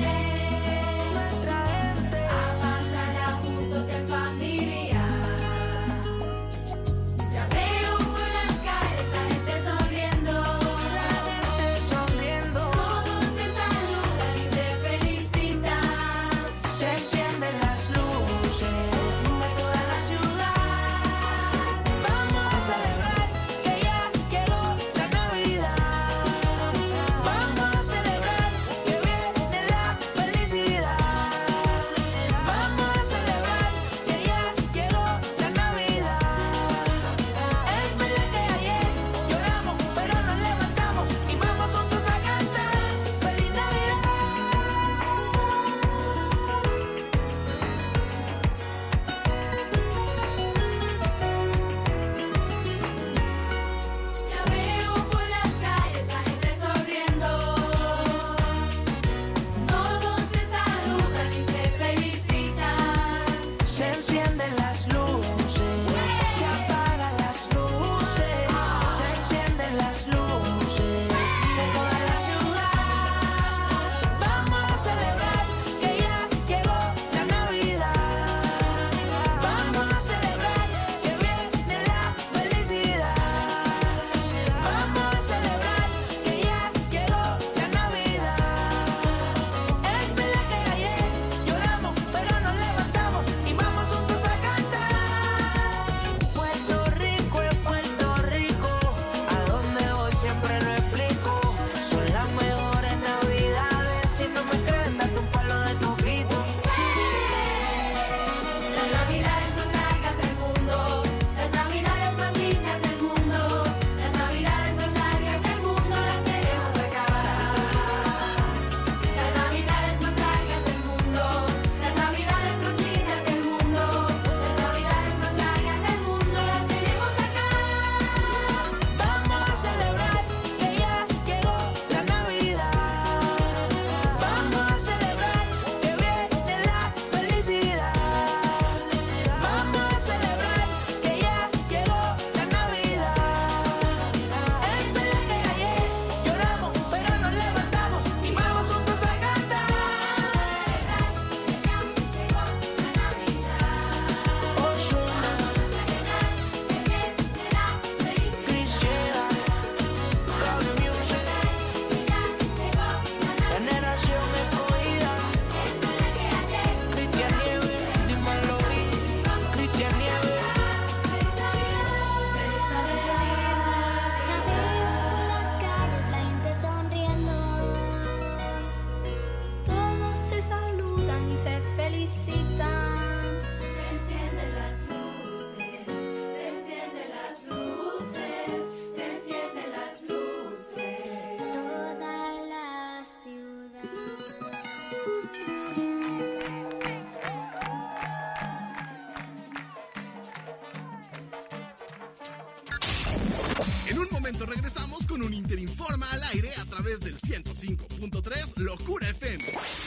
En un momento regresamos con un Interinforma al aire a través del 105.3 Locura FM.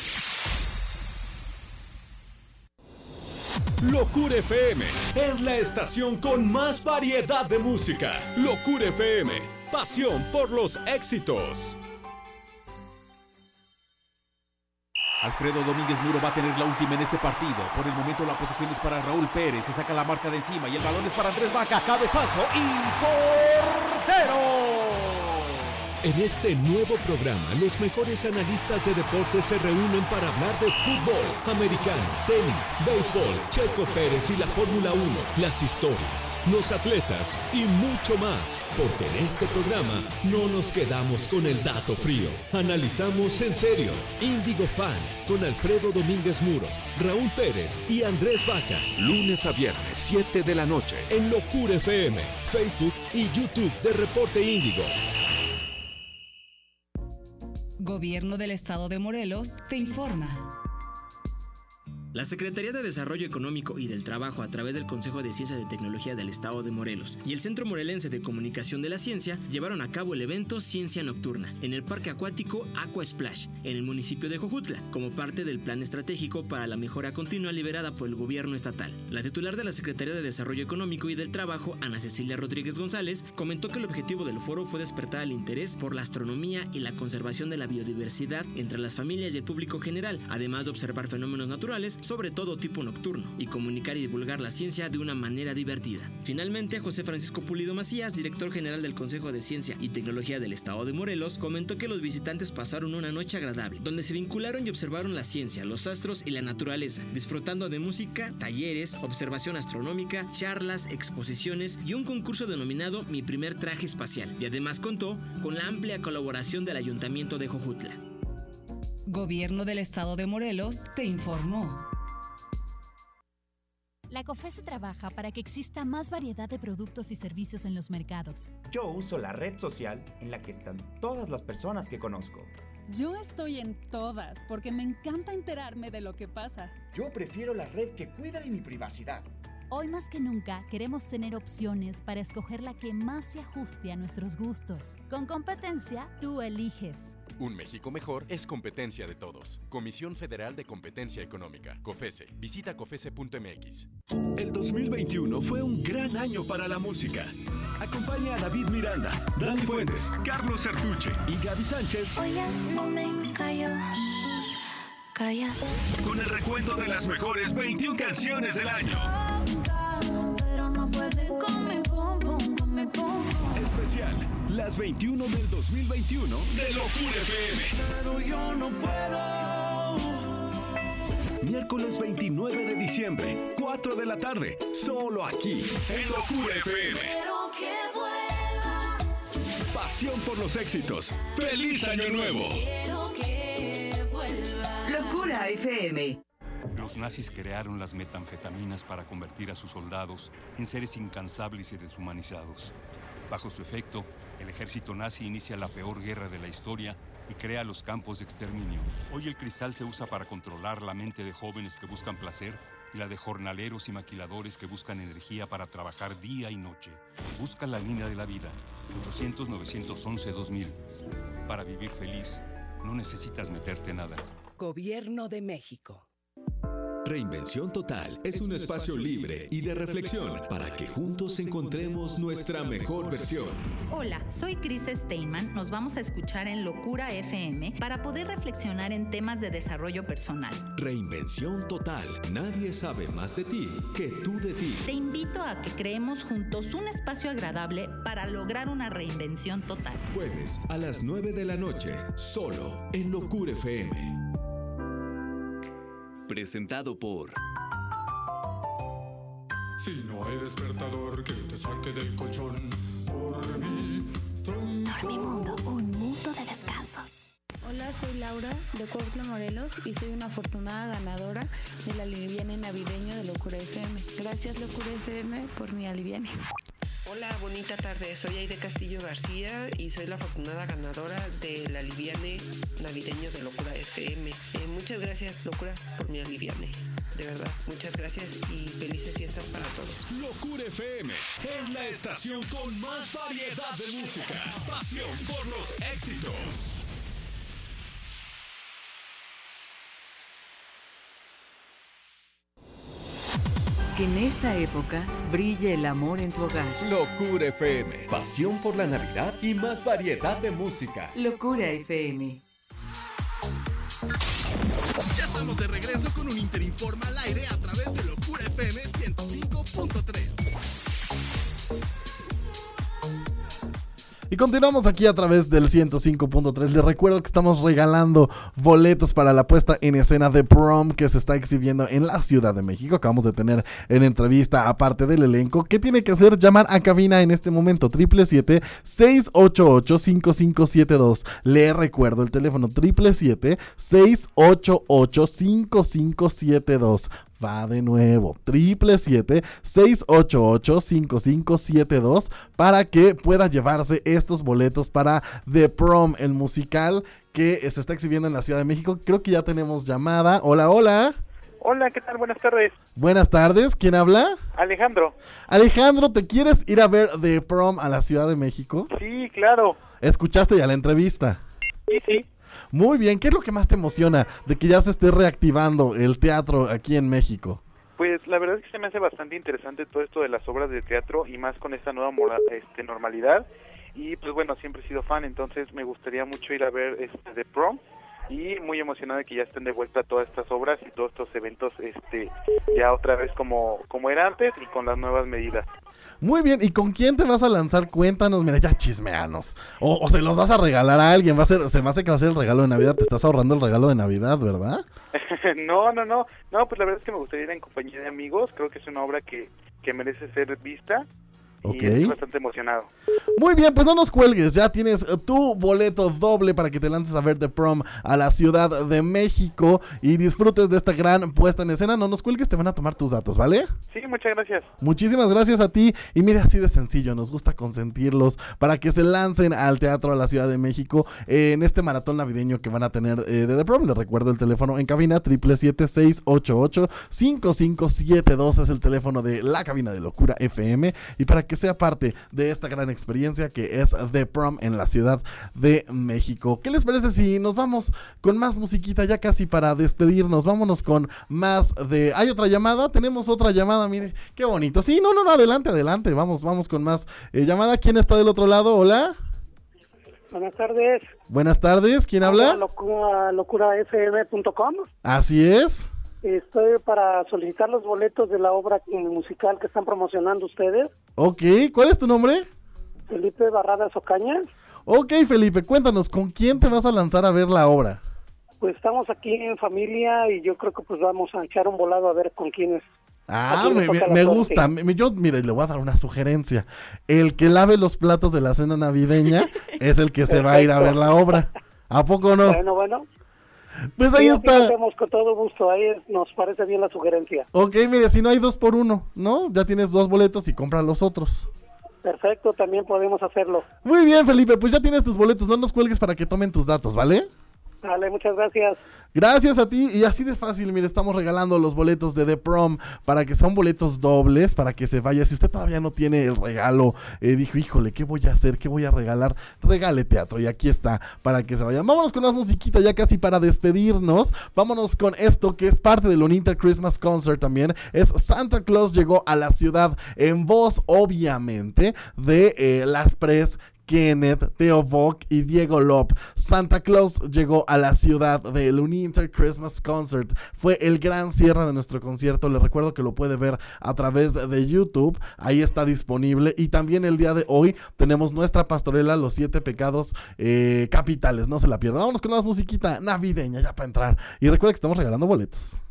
Locura FM es la estación con más variedad de música. Locura FM, pasión por los éxitos. Alfredo Domínguez Muro va a tener la última en este partido. Por el momento la posesión es para Raúl Pérez. Se saca la marca de encima y el balón es para Andrés Vaca. Cabezazo y portero. En este nuevo programa, los mejores analistas de deportes se reúnen para hablar de fútbol, americano, tenis, béisbol, Checo Pérez y la Fórmula 1, las historias, los atletas y mucho más. Porque en este programa no nos quedamos con el dato frío. Analizamos en serio. Índigo Fan con Alfredo Domínguez Muro, Raúl Pérez y Andrés Vaca. Lunes a viernes, 7 de la noche, en Locura FM, Facebook y YouTube de Reporte Índigo. Gobierno del Estado de Morelos te informa. La Secretaría de Desarrollo Económico y del Trabajo, a través del Consejo de Ciencia y Tecnología del Estado de Morelos y el Centro Morelense de Comunicación de la Ciencia, llevaron a cabo el evento Ciencia Nocturna en el Parque Acuático Aqua Splash, en el municipio de Jojutla, como parte del Plan Estratégico para la Mejora Continua liberada por el Gobierno Estatal. La titular de la Secretaría de Desarrollo Económico y del Trabajo, Ana Cecilia Rodríguez González, comentó que el objetivo del foro fue despertar el interés por la astronomía y la conservación de la biodiversidad entre las familias y el público general, además de observar fenómenos naturales, sobre todo tipo nocturno, y comunicar y divulgar la ciencia de una manera divertida. Finalmente, José Francisco Pulido Macías, director general del Consejo de Ciencia y Tecnología del Estado de Morelos, comentó que los visitantes pasaron una noche agradable, donde se vincularon y observaron la ciencia, los astros y la naturaleza, disfrutando de música, talleres, observación astronómica, charlas, exposiciones y un concurso denominado Mi Primer Traje Espacial, y además contó con la amplia colaboración del Ayuntamiento de Jojutla. Gobierno del Estado de Morelos te informó. La COFESE trabaja para que exista más variedad de productos y servicios en los mercados. Yo uso la red social en la que están todas las personas que conozco. Yo estoy en todas porque me encanta enterarme de lo que pasa. Yo prefiero la red que cuida de mi privacidad. Hoy más que nunca queremos tener opciones para escoger la que más se ajuste a nuestros gustos. Con competencia, tú eliges. Un México mejor es competencia de todos. Comisión Federal de Competencia Económica, COFESE. Visita cofese.mx. El 2021 fue un gran año para la música. Acompaña a David Miranda, Dani Fuentes, Carlos Sertuche y Gaby Sánchez. Oye, no me callo. Calla. Con el recuento de las mejores 21 canciones del año. Pero no pueden con mi pum pum, con mi pum. Especial, las 21 del 2021 de Locura FM. Pero yo no puedo. Miércoles 29 de diciembre, 4 de la tarde, solo aquí, en Locura FM. Quiero que vuelvas. Pasión por los éxitos. ¡Feliz Año Nuevo! Quiero que vuelvas. Locura FM. Los nazis crearon las metanfetaminas para convertir a sus soldados en seres incansables y deshumanizados. Bajo su efecto, el ejército nazi inicia la peor guerra de la historia y crea los campos de exterminio. Hoy el cristal se usa para controlar la mente de jóvenes que buscan placer y la de jornaleros y maquiladores que buscan energía para trabajar día y noche. Busca la línea de la vida, 800-911-2000. Para vivir feliz, no necesitas meterte nada. Gobierno de México. Reinvención Total es un espacio libre y de reflexión para que juntos encontremos nuestra mejor versión. Hola, soy Chris Steinman. Nos vamos a escuchar en Locura FM para poder reflexionar en temas de desarrollo personal. Reinvención Total. Nadie sabe más de ti que tú de ti. Te invito a que creemos juntos un espacio agradable para lograr una reinvención total. Jueves a las 9 de la noche, solo en Locura FM. Presentado por... Si no hay despertador que te saque del colchón, Dormimundo, un mundo de descansos. Hola, soy Laura de Cuautla, Morelos, y soy una afortunada ganadora del Aliviane Navideño de Locura FM. Gracias, Locura FM, por mi Aliviane. Hola, bonita tarde. Soy Aide Castillo García y soy la afortunada ganadora del Aliviane navideño de Locura FM. Muchas gracias, Locura, por mi Aliviane. De verdad, muchas gracias y felices fiestas para todos. Locura FM es la estación con más variedad de música. Pasión por los éxitos. Que en esta época brille el amor en tu hogar. Locura FM, pasión por la Navidad y más variedad de música. Locura FM. Ya estamos de regreso con un Interinforma al aire a través de Locura FM 105.3. Y continuamos aquí a través del 105.3. Les recuerdo que estamos regalando boletos para la puesta en escena de Prom que se está exhibiendo en la Ciudad de México. Acabamos de tener en entrevista a parte del elenco. ¿Qué tiene que hacer? Llamar a cabina en este momento, 777-688-5572. Le recuerdo el teléfono, 777-688-5572. Va de nuevo, 777-688-5572 para que pueda llevarse estos boletos para The Prom, el musical que se está exhibiendo en la Ciudad de México. Creo que ya tenemos llamada. Hola, hola. Hola, ¿qué tal? Buenas tardes. Buenas tardes, ¿quién habla? Alejandro. Alejandro, ¿te quieres ir a ver The Prom a la Ciudad de México? Sí, claro. ¿Escuchaste ya la entrevista? Sí. Muy bien, ¿qué es lo que más te emociona de que ya se esté reactivando el teatro aquí en México? Pues la verdad es que se me hace bastante interesante todo esto de las obras de teatro y más con esta nueva normalidad. Y pues bueno, siempre he sido fan, entonces me gustaría mucho ir a ver The Prom y muy emocionado de que ya estén de vuelta todas estas obras y todos estos eventos ya otra vez como era antes y con las nuevas medidas. Muy bien, ¿y con quién te vas a lanzar? Cuéntanos, mira, ya chismeanos. O se los vas a regalar a alguien, se me hace que va a ser el regalo de Navidad, te estás ahorrando el regalo de Navidad, ¿verdad? No, pues la verdad es que me gustaría ir en compañía de amigos, creo que es una obra que merece ser vista. Okay. Y estoy bastante emocionado. Muy bien, pues no nos cuelgues, ya tienes tu boleto doble para que te lances a ver The Prom a la Ciudad de México y disfrutes de esta gran puesta en escena. No nos cuelgues, te van a tomar tus datos, ¿vale? Sí, muchas gracias. Muchísimas gracias a ti y mira, así de sencillo, nos gusta consentirlos para que se lancen al teatro a la Ciudad de México en este maratón navideño que van a tener de The Prom. Les recuerdo el teléfono en cabina, 777-688-5572 es el teléfono de la cabina de Locura FM y para que sea parte de esta gran experiencia que es The Prom en la Ciudad de México. ¿Qué les parece si nos vamos con más musiquita ya casi para despedirnos? Vámonos con más de... ¿Hay otra llamada? Tenemos otra llamada, mire, qué bonito. Sí, no, adelante, vamos con más llamada. ¿Quién está del otro lado? Hola. Buenas tardes. Buenas tardes, ¿quién habla? LocuraFM.com. Así es. Estoy para solicitar los boletos de la obra musical que están promocionando ustedes. Ok, ¿cuál es tu nombre? Felipe Barradas Ocaña. Ok, Felipe, cuéntanos, ¿con quién te vas a lanzar a ver la obra? Pues estamos aquí en familia y yo creo que pues vamos a echar un volado a ver con quiénes. Me gusta. Yo, mire, le voy a dar una sugerencia. El que lave los platos de la cena navideña es el que se va a ir a ver la obra. ¿A poco no? Bueno. Pues ahí está. Lo hacemos con todo gusto, ahí nos parece bien la sugerencia. Ok, mire, si no hay 2 por 1, ¿no? Ya tienes 2 boletos y compra los otros. Perfecto, también podemos hacerlo. Muy bien, Felipe, pues ya tienes tus boletos, no nos cuelgues para que tomen tus datos, ¿vale? Vale, muchas gracias. Gracias a ti, y así de fácil, mire, estamos regalando los boletos de The Prom para que son boletos dobles, para que se vaya. Si usted todavía no tiene el regalo, dijo, híjole, ¿qué voy a hacer? ¿Qué voy a regalar? Regale teatro, y aquí está, para que se vayan. Vámonos con más musiquita, ya casi para despedirnos. Vámonos con esto, que es parte del Uninter Christmas Concert también. Es Santa Claus llegó a la ciudad, en voz, obviamente, de Las Pres, Kenneth, Theo Vogt y Diego Lop. Santa Claus llegó a la ciudad del Uninter Christmas Concert. Fue el gran cierre de nuestro concierto. Les recuerdo que lo puede ver a través de YouTube. Ahí está disponible. Y también el día de hoy tenemos nuestra pastorela, Los 7 Pecados Capitales. No se la pierdan. Vámonos con más musiquita navideña ya para entrar. Y recuerda que estamos regalando boletos.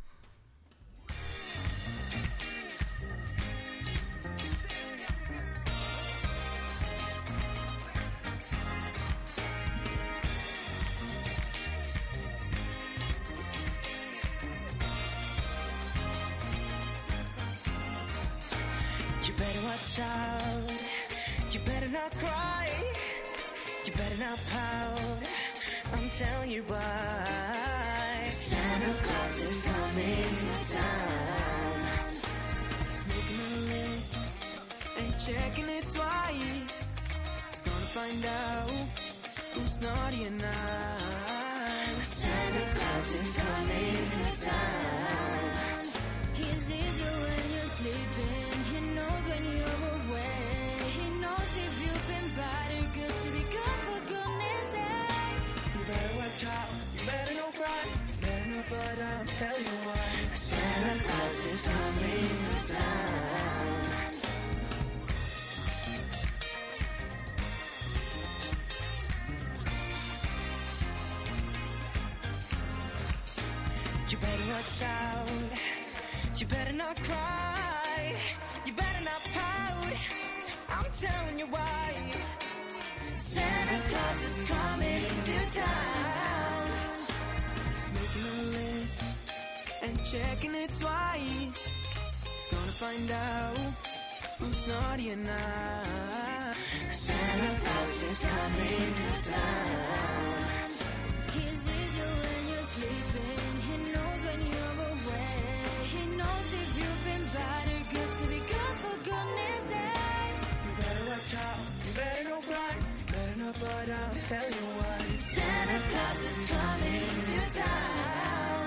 You better watch out, You better not cry, you better not pout, I'm telling you why. Santa Claus is coming to town. He's making a list and checking it twice. He's gonna find out who's naughty and nice. Santa Claus is coming to town. He sees you when you're sleeping. He knows when you're away. He knows if you've been bad or good to be good for goodness sake. You better watch out, you better not cry, you better not, but I'll tell you why. Santa Claus is coming to town. You better watch out, you better not cry, you better not pout, I'm telling you why. Santa Claus is coming to town. He's making a list and checking it twice. He's gonna find out who's naughty and nice. Santa Claus is coming to town. He sees you when you're sleeping. He knows when you're away. He knows if you've been bad or good to be good for goodness sake. You better watch out, you better not cry, you better not, but I'll tell you why. Santa Claus is coming to town.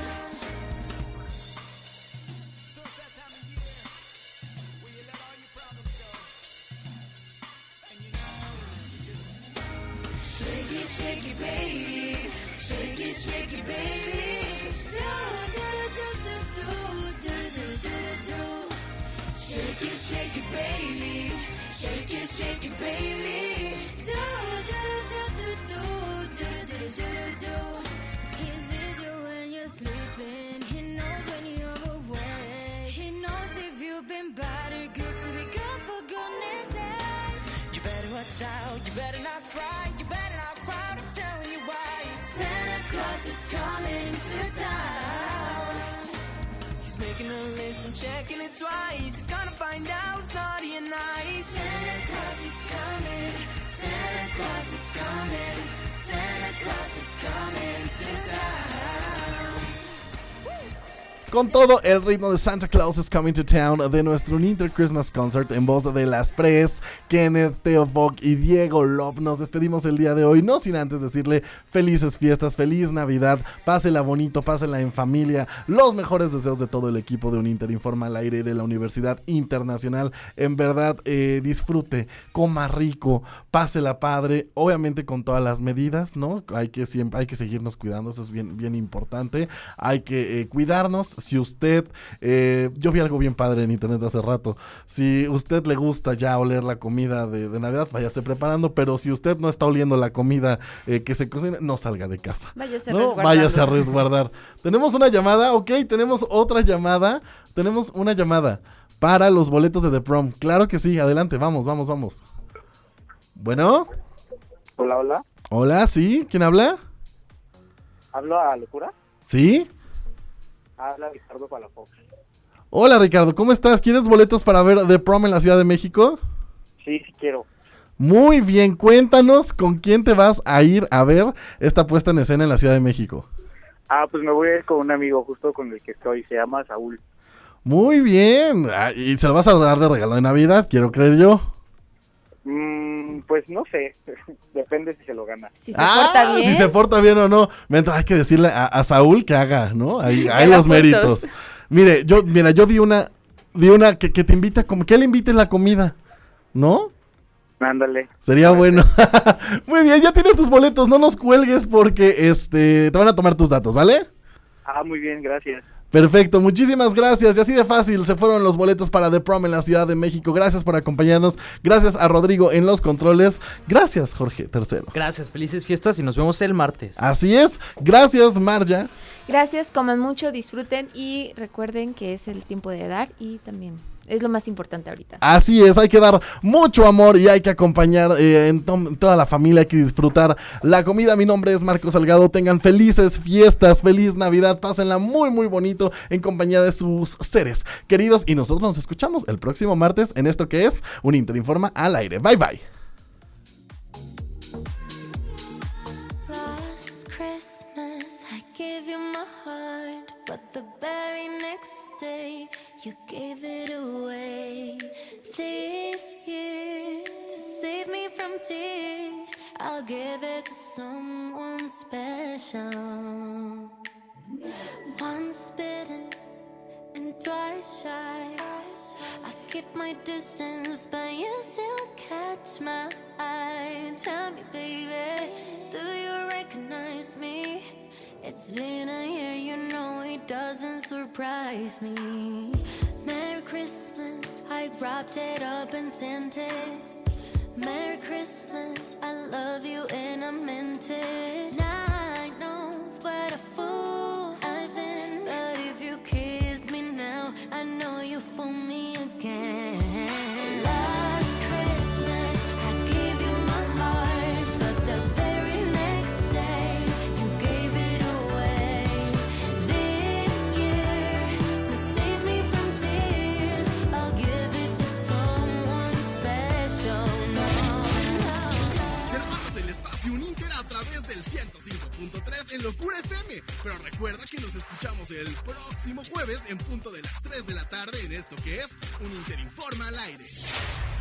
So it's that time of year where you let all your problems go. And you know, you just shake it, shake it, baby. Shake it, shake it, baby. Do, do, do, do, do, do, do, do, do. Shake it, baby. Shake it, baby. Do, do, do, do, do, do, do, do, do, do. He sees you when you're sleeping. He knows when you're away. He knows if you've been bad or good to be good for goodness sake. You better watch out, you better not cry, you better not cry, I'm telling you why. Santa Claus is coming to town. He's making a list and checking it twice. He's gonna find out who's naughty and nice. Santa Claus is coming, Santa Claus is coming, Santa Claus is coming to town. Con todo el ritmo de Santa Claus is Coming to Town de nuestro Inter Christmas Concert en voz de Las Pres, Kenneth, Theo Bock y Diego Lop. Nos despedimos el día de hoy, no sin antes decirle felices fiestas, feliz Navidad, pásela bonito, pásela en familia, los mejores deseos de todo el equipo de Uninter Informa al Aire de la Universidad Internacional. En verdad, disfrute, coma rico, pásela padre, obviamente con todas las medidas, ¿no? Hay que seguirnos cuidando, eso es bien importante, hay que cuidarnos. Si usted, yo vi algo bien padre en internet hace rato, si usted le gusta ya oler la comida de Navidad, váyase preparando, pero si usted no está oliendo la comida que se cocina, no salga de casa. Váyase a resguardar. Tenemos una llamada, ok, tenemos otra llamada, tenemos una llamada para los boletos de The Prom, claro que sí, adelante, vamos. Bueno. Hola. Hola, ¿sí? ¿Quién habla? ¿Hablo a Locura? ¿Sí? Habla Ricardo Palafox. Hola Ricardo, ¿cómo estás? ¿Quieres boletos para ver The Prom en la Ciudad de México? Sí quiero. Muy bien, cuéntanos con quién te vas a ir a ver esta puesta en escena en la Ciudad de México. Pues me voy a ir con un amigo justo con el que estoy, se llama Saúl. Muy bien, ¿y se lo vas a dar de regalo de Navidad? Quiero creer yo. Pues no sé, depende si se lo gana. Si se porta bien. Si se porta bien o no. Hay que decirle a Saúl que haga, ¿no? Ahí los méritos. Mire, yo di una que te invita, como que él invite la comida, ¿no? Ándale. Sería bueno. Muy bien, ya tienes tus boletos, no nos cuelgues porque te van a tomar tus datos, ¿vale? Muy bien, gracias. Perfecto, muchísimas gracias. Y así de fácil se fueron los boletos para The Prom en la Ciudad de México. Gracias por acompañarnos. Gracias a Rodrigo en los controles. Gracias, Jorge Tercero. Gracias, felices fiestas y nos vemos el martes. Así es. Gracias, Marja. Gracias, coman mucho, disfruten y recuerden que es el tiempo de dar y también es lo más importante ahorita. Así es, hay que dar mucho amor y hay que acompañar toda la familia, hay que disfrutar la comida. Mi nombre es Marco Salgado, tengan felices fiestas, feliz Navidad, pásenla muy muy bonito en compañía de sus seres queridos y nosotros nos escuchamos el próximo martes en esto que es Uninter Informa al Aire. Bye bye. my heart, but the very next day you gave it away. This year, to save me from tears, I'll give it to someone special. Once bitten and twice shy, I keep my distance, but you still catch my eye. Tell me, baby, do you recognize me? It's been a year, you know it doesn't surprise me. Merry Christmas, I wrapped it up and sent it. Merry Christmas, I love you and I meant it. Now I know what a fool I've been, but if you kissed me now, I know you fool me again. Last Christmas, I gave you my heart, but the very next day, you gave it away. This year, to save me from tears, I'll give it to someone special. Cerramos el espacio Uninter a través del 105.3 en Locura FM. Pero recuerda que nos escuchamos el próximo jueves en punto de las 3 de la tarde en esto que es Uninter Informa al aire.